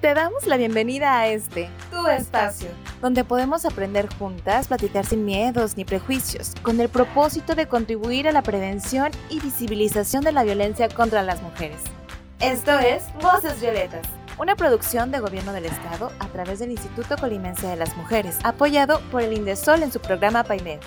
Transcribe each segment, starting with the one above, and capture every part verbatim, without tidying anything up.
Te damos la bienvenida a este, tu espacio, donde podemos aprender juntas, platicar sin miedos ni prejuicios, con el propósito de contribuir a la prevención y visibilización de la violencia contra las mujeres. Esto es Voces Violetas, una producción de Gobierno del Estado a través del Instituto Colimense de las Mujeres, apoyado por el INDESOL en su programa PAIMED.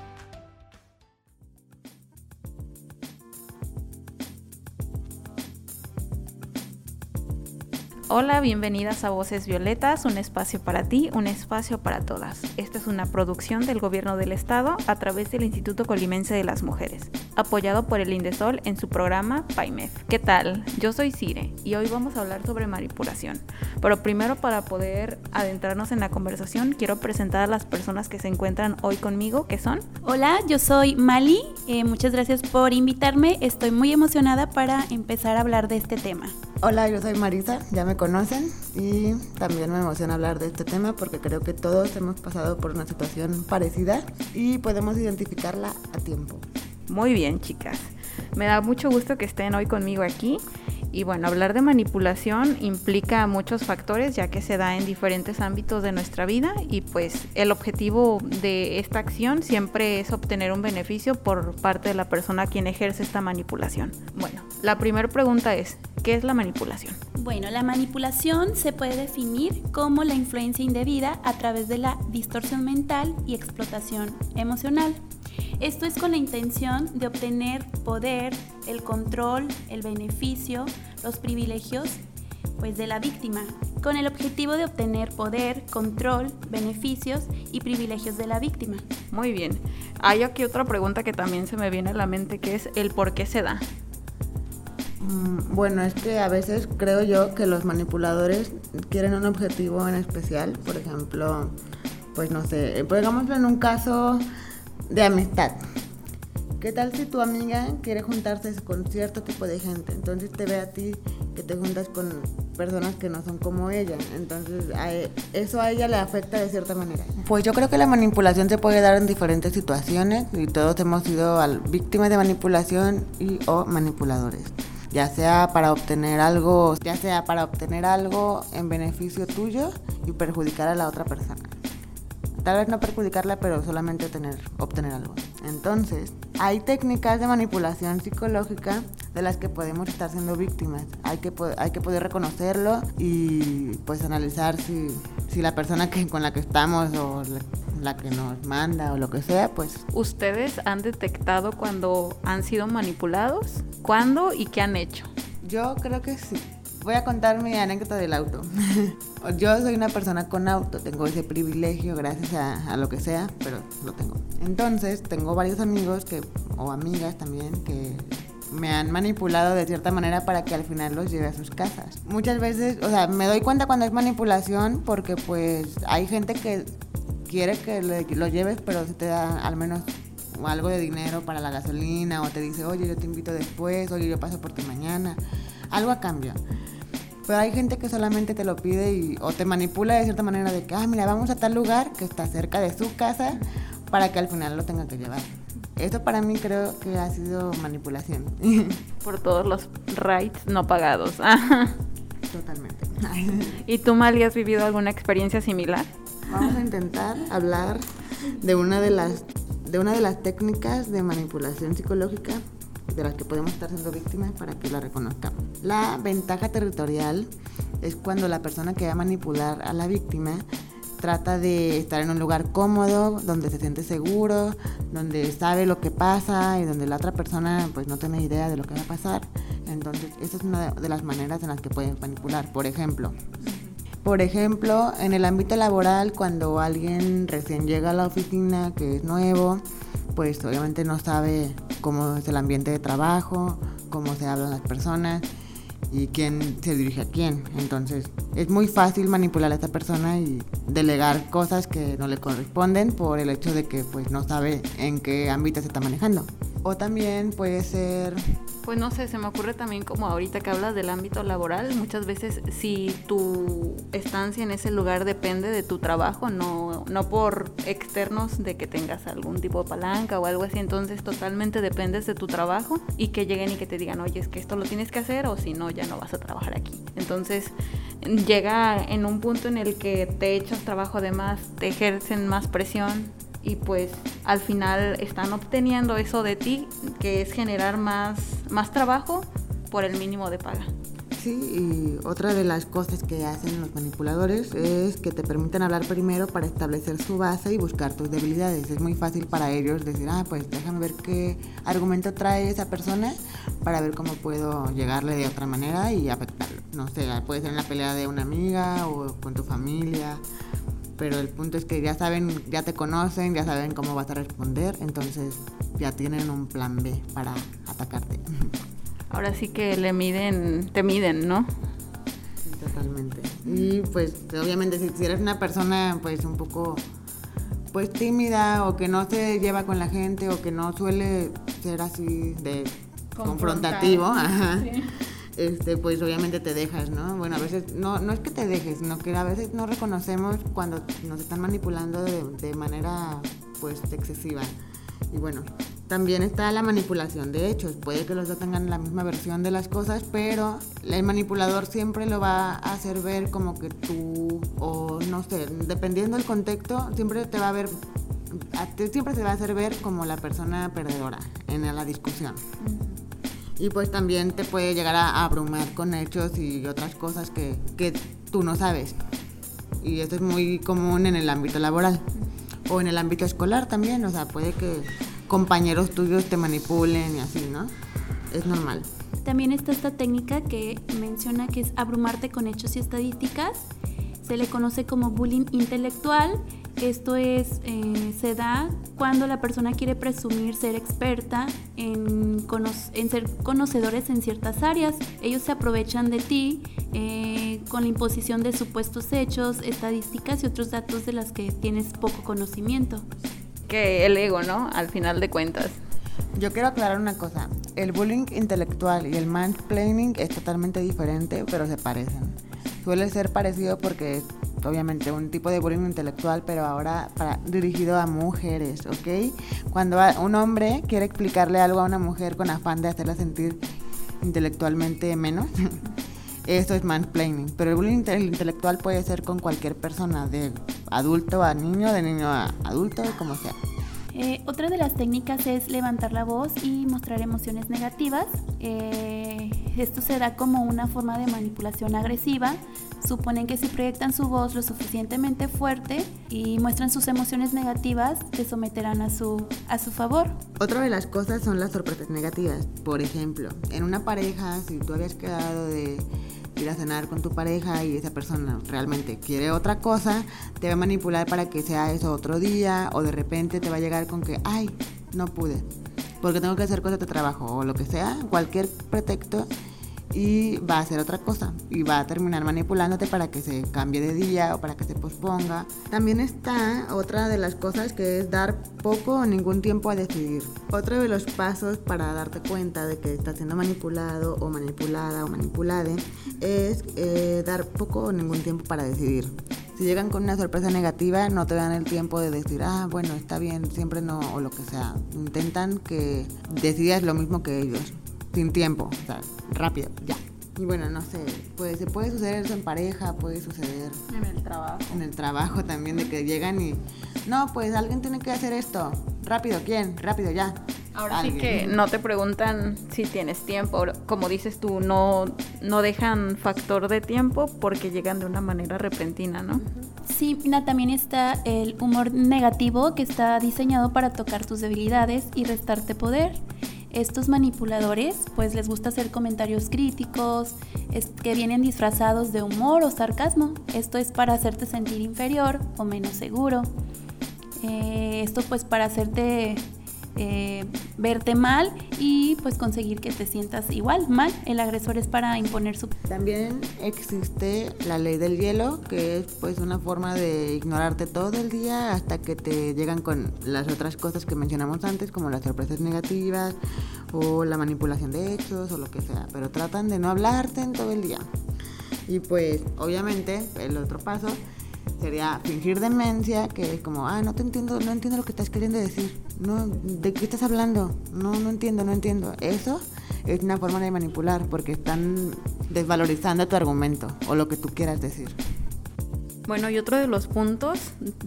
Hola, bienvenidas a Voces Violetas, un espacio para ti, un espacio para todas. Esta es una producción del Gobierno del Estado a través del Instituto Colimense de las Mujeres, apoyado por el INDESOL en su programa PAIMED. ¿Qué tal? Yo soy Cire y hoy vamos a hablar sobre manipulación. Pero primero, para poder adentrarnos en la conversación, quiero presentar a las personas que se encuentran hoy conmigo, que son... Hola, yo soy Mali, eh, muchas gracias por invitarme, estoy muy emocionada para empezar a hablar de este tema. Hola, yo soy Marisa, ya me conocen y también me emociona hablar de este tema porque creo que todos hemos pasado por una situación parecida y podemos identificarla a tiempo. Muy bien, chicas. Me da mucho gusto que estén hoy conmigo aquí. Y bueno, hablar de manipulación implica muchos factores, ya que se da en diferentes ámbitos de nuestra vida y pues el objetivo de esta acción siempre es obtener un beneficio por parte de la persona a quien ejerce esta manipulación. Bueno, la primera pregunta es, ¿qué es la manipulación? Bueno, la manipulación se puede definir como la influencia indebida a través de la distorsión mental y explotación emocional. Esto es con la intención de obtener poder, el control, el beneficio, los privilegios pues, de la víctima, con el objetivo de obtener poder, control, beneficios y privilegios de la víctima. Muy bien. Hay aquí otra pregunta que también se me viene a la mente, que es el por qué se da. Bueno, es que a veces creo yo que los manipuladores quieren un objetivo en especial. Por ejemplo, pues no sé, pongámoslo en un caso de amistad. ¿Qué tal si tu amiga quiere juntarse con cierto tipo de gente? Entonces te ve a ti que te juntas con personas que no son como ella. Entonces a eso a ella le afecta de cierta manera. Pues yo creo que la manipulación se puede dar en diferentes situaciones y todos hemos sido víctimas de manipulación y o manipuladores. Ya sea para obtener algo, ya sea para obtener algo en beneficio tuyo y perjudicar a la otra persona. Tal vez no perjudicarla, pero solamente tener, obtener algo. Entonces, hay técnicas de manipulación psicológica de las que podemos estar siendo víctimas. Hay que, hay que poder reconocerlo y pues analizar si, si la persona que, con la que estamos o la, la que nos manda o lo que sea, pues... ¿Ustedes han detectado cuando han sido manipulados? ¿Cuándo y qué han hecho? Yo creo que sí. Voy a contar mi anécdota del auto. Yo soy una persona con auto, tengo ese privilegio gracias a, a lo que sea, pero lo tengo. Entonces, tengo varios amigos que, o amigas también que me han manipulado de cierta manera para que al final los lleve a sus casas. Muchas veces, o sea, me doy cuenta cuando es manipulación porque pues hay gente que quiere que le, lo lleves, pero se te da al menos algo de dinero para la gasolina o te dice, oye, yo te invito después, oye, yo paso por ti mañana, algo a cambio. Pero hay gente que solamente te lo pide y, o te manipula de cierta manera de que, ah, mira, vamos a tal lugar que está cerca de su casa para que al final lo tenga que llevar. Eso para mí creo que ha sido manipulación. Por todos los rides no pagados. Totalmente. ¿Y tú, Mali, has vivido alguna experiencia similar? Vamos a intentar hablar de una de las, de una de las técnicas de manipulación psicológica de las que podemos estar siendo víctimas para que la reconozcamos. La ventaja territorial es cuando la persona que va a manipular a la víctima trata de estar en un lugar cómodo, donde se siente seguro, donde sabe lo que pasa y donde la otra persona pues no tiene idea de lo que va a pasar. Entonces, esa es una de las maneras en las que pueden manipular. Por ejemplo, por ejemplo, en el ámbito laboral, cuando alguien recién llega a la oficina, que es nuevo, pues obviamente no sabe cómo es el ambiente de trabajo, cómo se hablan las personas y quién se dirige a quién. Entonces es muy fácil manipular a esta persona y delegar cosas que no le corresponden por el hecho de que pues no sabe en qué ámbito se está manejando. O también puede ser... Pues no sé, se me ocurre también como ahorita que hablas del ámbito laboral, muchas veces si tu estancia en ese lugar depende de tu trabajo, no, no por externos de que tengas algún tipo de palanca o algo así, entonces totalmente dependes de tu trabajo y que lleguen y que te digan, oye, es que esto lo tienes que hacer o si no, ya no vas a trabajar aquí. Entonces llega en un punto en el que te echas trabajo de más, te ejercen más presión y pues al final están obteniendo eso de ti, que es generar más, más trabajo por el mínimo de paga. Sí, y otra de las cosas que hacen los manipuladores es que te permiten hablar primero para establecer su base y buscar tus debilidades. Es muy fácil para ellos decir, ah, pues déjame ver qué argumento trae esa persona para ver cómo puedo llegarle de otra manera y afectarlo. No sé, puede ser en la pelea de una amiga o con tu familia, pero el punto es que ya saben, ya te conocen, ya saben cómo vas a responder, entonces ya tienen un plan B para atacarte. Ahora sí que le miden, te miden, ¿no? Sí, totalmente. Y pues obviamente si, si eres una persona pues un poco pues tímida o que no se lleva con la gente o que no suele ser así de confrontativo, ajá, sí. este, pues obviamente te dejas, ¿no? Bueno, a veces no, no es que te dejes, sino que a veces no reconocemos cuando nos están manipulando de, de manera pues excesiva. Y bueno, también está la manipulación de hechos. Puede que los dos tengan la misma versión de las cosas, pero el manipulador siempre lo va a hacer ver como que tú, o no sé, dependiendo del contexto, siempre te va a ver, siempre se va a hacer ver como la persona perdedora en la discusión. Y pues también te puede llegar a abrumar con hechos y otras cosas que, que tú no sabes. Y esto es muy común en el ámbito laboral. O en el ámbito escolar también, o sea, puede que compañeros tuyos te manipulen y así, ¿no? Es normal. También está esta técnica que menciona que es abrumarte con hechos y estadísticas. Se le conoce como bullying intelectual. Esto es, eh, se da cuando la persona quiere presumir ser experta en, cono- en ser conocedores en ciertas áreas. Ellos se aprovechan de ti eh, con la imposición de supuestos hechos, estadísticas y otros datos de las que tienes poco conocimiento. Que el ego, ¿no? Al final de cuentas. Yo quiero aclarar una cosa. El bullying intelectual y el mansplaining es totalmente diferente, pero se parecen. Suele ser parecido porque es obviamente un tipo de bullying intelectual, pero ahora para, dirigido a mujeres, ¿ok? Cuando un hombre quiere explicarle algo a una mujer con afán de hacerla sentir intelectualmente menos, eso es mansplaining. Pero el bullying intelectual puede ser con cualquier persona, de adulto a niño, de niño a adulto, como sea. Eh, otra de las técnicas es levantar la voz y mostrar emociones negativas. Eh, esto se da como una forma de manipulación agresiva. Suponen que si proyectan su voz lo suficientemente fuerte y muestran sus emociones negativas, te someterán a su, a su favor. Otra de las cosas son las sorpresas negativas. Por ejemplo, en una pareja, si tú habías quedado de ir a cenar con tu pareja y esa persona realmente quiere otra cosa, te va a manipular para que sea eso otro día, o de repente te va a llegar con que, ay, no pude, porque tengo que hacer cosas de trabajo, o lo que sea, cualquier pretexto, y va a hacer otra cosa, y va a terminar manipulándote para que se cambie de día o para que se posponga. También está otra de las cosas que es dar poco o ningún tiempo a decidir. Otro de los pasos para darte cuenta de que estás siendo manipulado o manipulada o manipulade es eh, dar poco o ningún tiempo para decidir. Si llegan con una sorpresa negativa, no te dan el tiempo de decir, ah, bueno, está bien, siempre no, o lo que sea. Intentan que decidas lo mismo que ellos, sin tiempo, o sea, rápido, ya. Y bueno, no sé, pues se puede suceder eso en pareja, puede suceder en el trabajo. En el trabajo también, de que llegan y, no, pues alguien tiene que hacer esto, rápido, ¿quién? Rápido, ya. Ahora alguien. Sí que no te preguntan si tienes tiempo, como dices tú, no, no dejan factor de tiempo porque llegan de una manera repentina, ¿no? Sí, también está el humor negativo, que está diseñado para tocar tus debilidades y restarte poder. Estos manipuladores pues les gusta hacer comentarios críticos es, que vienen disfrazados de humor o sarcasmo. Esto es para hacerte sentir inferior o menos seguro. Eh, esto pues para hacerte eh, verte mal y pues conseguir que te sientas igual mal. El agresor es para imponer su... También existe la ley del hielo, que es pues una forma de ignorarte todo el día hasta que te llegan con las otras cosas que mencionamos antes, como las sorpresas negativas o la manipulación de hechos o lo que sea, pero tratan de no hablarte en todo el día. Y pues obviamente el otro paso sería fingir demencia, que es como, ah, no te entiendo, no entiendo lo que estás queriendo decir, no, ¿de qué estás hablando? No, no entiendo, no entiendo. Eso es una forma de manipular, porque están desvalorizando tu argumento o lo que tú quieras decir. Bueno, y otro de los puntos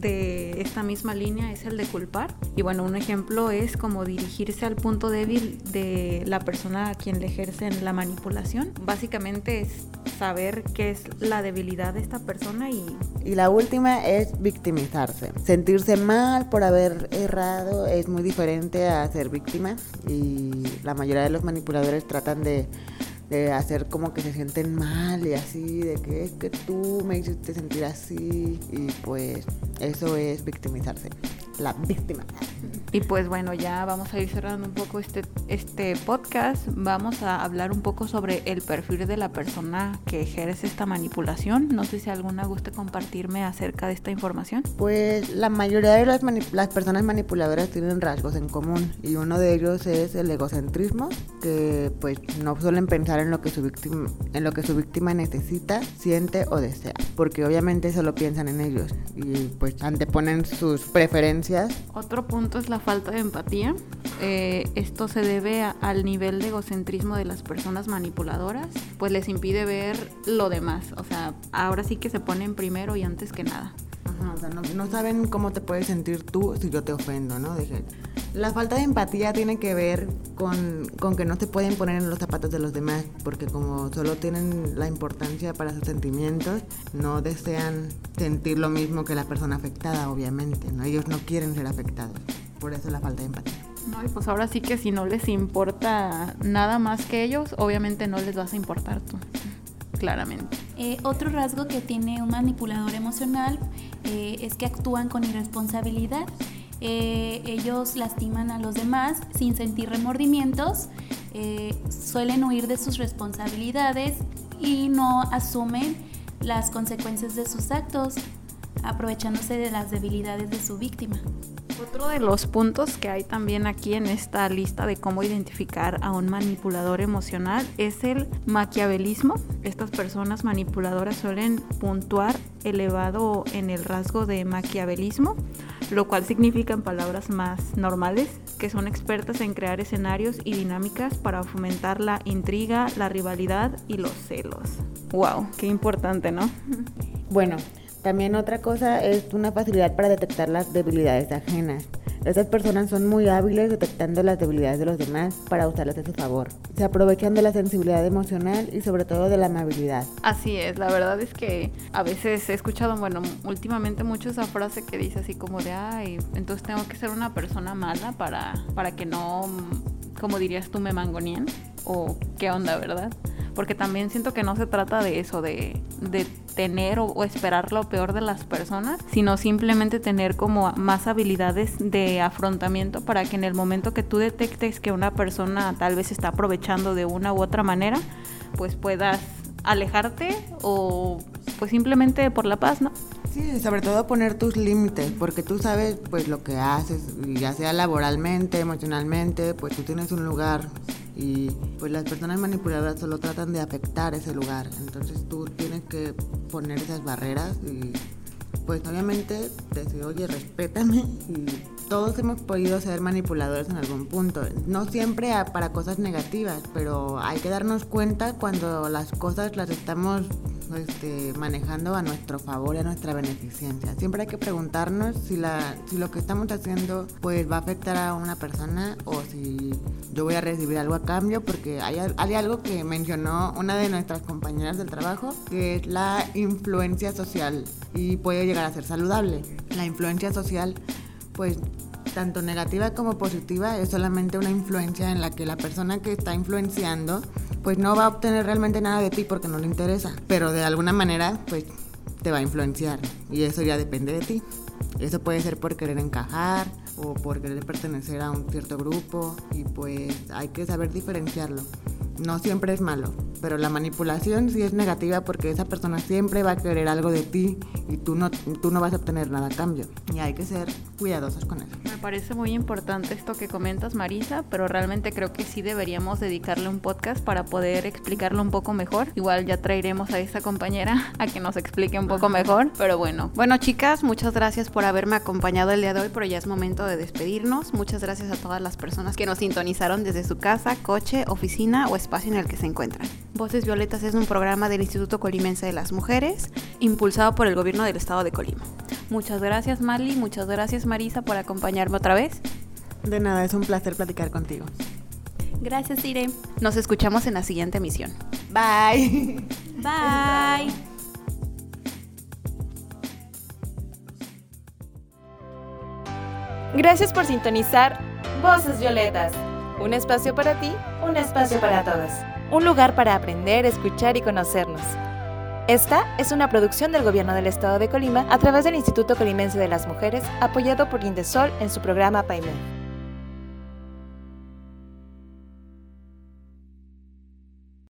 de esta misma línea es el de culpar. Y bueno, un ejemplo es como dirigirse al punto débil de la persona a quien le ejercen la manipulación. Básicamente es saber qué es la debilidad de esta persona y... Y la última es victimizarse. Sentirse mal por haber errado es muy diferente a ser víctima, y la mayoría de los manipuladores tratan de... de hacer como que se sienten mal y así, de que es que tú me hiciste sentir así, y pues eso es victimizarse, la víctima. Y pues bueno, ya vamos a ir cerrando un poco este, este podcast. Vamos a hablar un poco sobre el perfil de la persona que ejerce esta manipulación. No sé si alguna guste compartirme acerca de esta información. Pues la mayoría de las, manip- las personas manipuladoras tienen rasgos en común, y uno de ellos es el egocentrismo, que pues no suelen pensar en lo que su víctima, en lo que su víctima necesita, siente o desea, porque obviamente solo piensan en ellos y pues anteponen sus preferencias. Otro punto es la falta de empatía. Eh, esto se debe a, al nivel de egocentrismo de las personas manipuladoras, pues les impide ver lo demás. O sea, ahora sí que se ponen primero y antes que nada. Ajá, o sea, no, no saben cómo te puedes sentir tú si yo te ofendo, ¿no? Dije, la falta de empatía tiene que ver con, con que no se pueden poner en los zapatos de los demás, porque como solo tienen la importancia para sus sentimientos, no desean sentir lo mismo que la persona afectada, obviamente, ¿no? Ellos no quieren ser afectados, por eso la falta de empatía. No, y pues ahora sí que si no les importa nada más que ellos, obviamente no les vas a importar tú, claramente. Eh, otro rasgo que tiene un manipulador emocional eh, es que actúan con irresponsabilidad. Eh, ellos lastiman a los demás sin sentir remordimientos, eh, suelen huir de sus responsabilidades y no asumen las consecuencias de sus actos, aprovechándose de las debilidades de su víctima. Otro de los puntos que hay también aquí en esta lista de cómo identificar a un manipulador emocional es el maquiavelismo. Estas personas manipuladoras suelen puntuar elevado en el rasgo de maquiavelismo, lo cual significa en palabras más normales que son expertas en crear escenarios y dinámicas para fomentar la intriga, la rivalidad y los celos. ¡Wow! ¡Qué importante!, ¿no? Bueno, también otra cosa es una facilidad para detectar las debilidades ajenas. Estas personas son muy hábiles detectando las debilidades de los demás para usarlas a su favor. Se aprovechan de la sensibilidad emocional y sobre todo de la amabilidad. Así es, la verdad es que a veces he escuchado, bueno, últimamente mucho esa frase que dice así como de, ay, entonces tengo que ser una persona mala para, para que no, como dirías tú, me mangoneen, o qué onda, ¿verdad? Porque también siento que no se trata de eso, de, de tener o, o esperar lo peor de las personas, sino simplemente tener como más habilidades de afrontamiento para que en el momento que tú detectes que una persona tal vez está aprovechando de una u otra manera, pues puedas alejarte o pues simplemente por la paz, ¿no? Sí, sobre todo poner tus límites, porque tú sabes pues lo que haces, ya sea laboralmente, emocionalmente, pues tú tienes un lugar. Y pues las personas manipuladoras solo tratan de afectar ese lugar, entonces tú tienes que poner esas barreras y pues obviamente decir, oye, respétame. Y todos hemos podido ser manipuladores en algún punto, no siempre a, para cosas negativas, pero hay que darnos cuenta cuando las cosas las estamos este, manejando a nuestro favor y a nuestra beneficencia. Siempre hay que preguntarnos si, la, si lo que estamos haciendo pues va a afectar a una persona o si yo voy a recibir algo a cambio, porque hay, hay algo que mencionó una de nuestras compañeras del trabajo, que es la influencia social, y puede llegar a ser saludable. La influencia social, pues tanto negativa como positiva, es solamente una influencia en la que la persona que está influenciando pues no va a obtener realmente nada de ti porque no le interesa, pero de alguna manera pues te va a influenciar, y eso ya depende de ti. Eso puede ser por querer encajar o por querer pertenecer a un cierto grupo, y pues hay que saber diferenciarlo. No siempre es malo, pero la manipulación sí es negativa porque esa persona siempre va a querer algo de ti y tú no, tú no vas a obtener nada a cambio, y hay que ser cuidadosos con eso. Me parece muy importante esto que comentas, Marisa, pero realmente creo que sí deberíamos dedicarle un podcast para poder explicarlo un poco mejor. Igual ya traeremos a esta compañera a que nos explique un poco mejor, pero bueno. Bueno, chicas, muchas gracias por haberme acompañado el día de hoy, pero ya es momento de despedirnos. Muchas gracias a todas las personas que nos sintonizaron desde su casa, coche, oficina o espacio espacio en el que se encuentran. Voces Violetas es un programa del Instituto Colimense de las Mujeres, impulsado por el Gobierno del Estado de Colima. Muchas gracias, Marly, muchas gracias, Marisa, por acompañarme otra vez. De nada, es un placer platicar contigo. Gracias, Ire. Nos escuchamos en la siguiente emisión. Bye. Bye. Gracias por sintonizar Voces Violetas. Un espacio para ti, un espacio para todas. Un lugar para aprender, escuchar y conocernos. Esta es una producción del Gobierno del Estado de Colima a través del Instituto Colimense de las Mujeres, apoyado por Indesol en su programa PAIMED.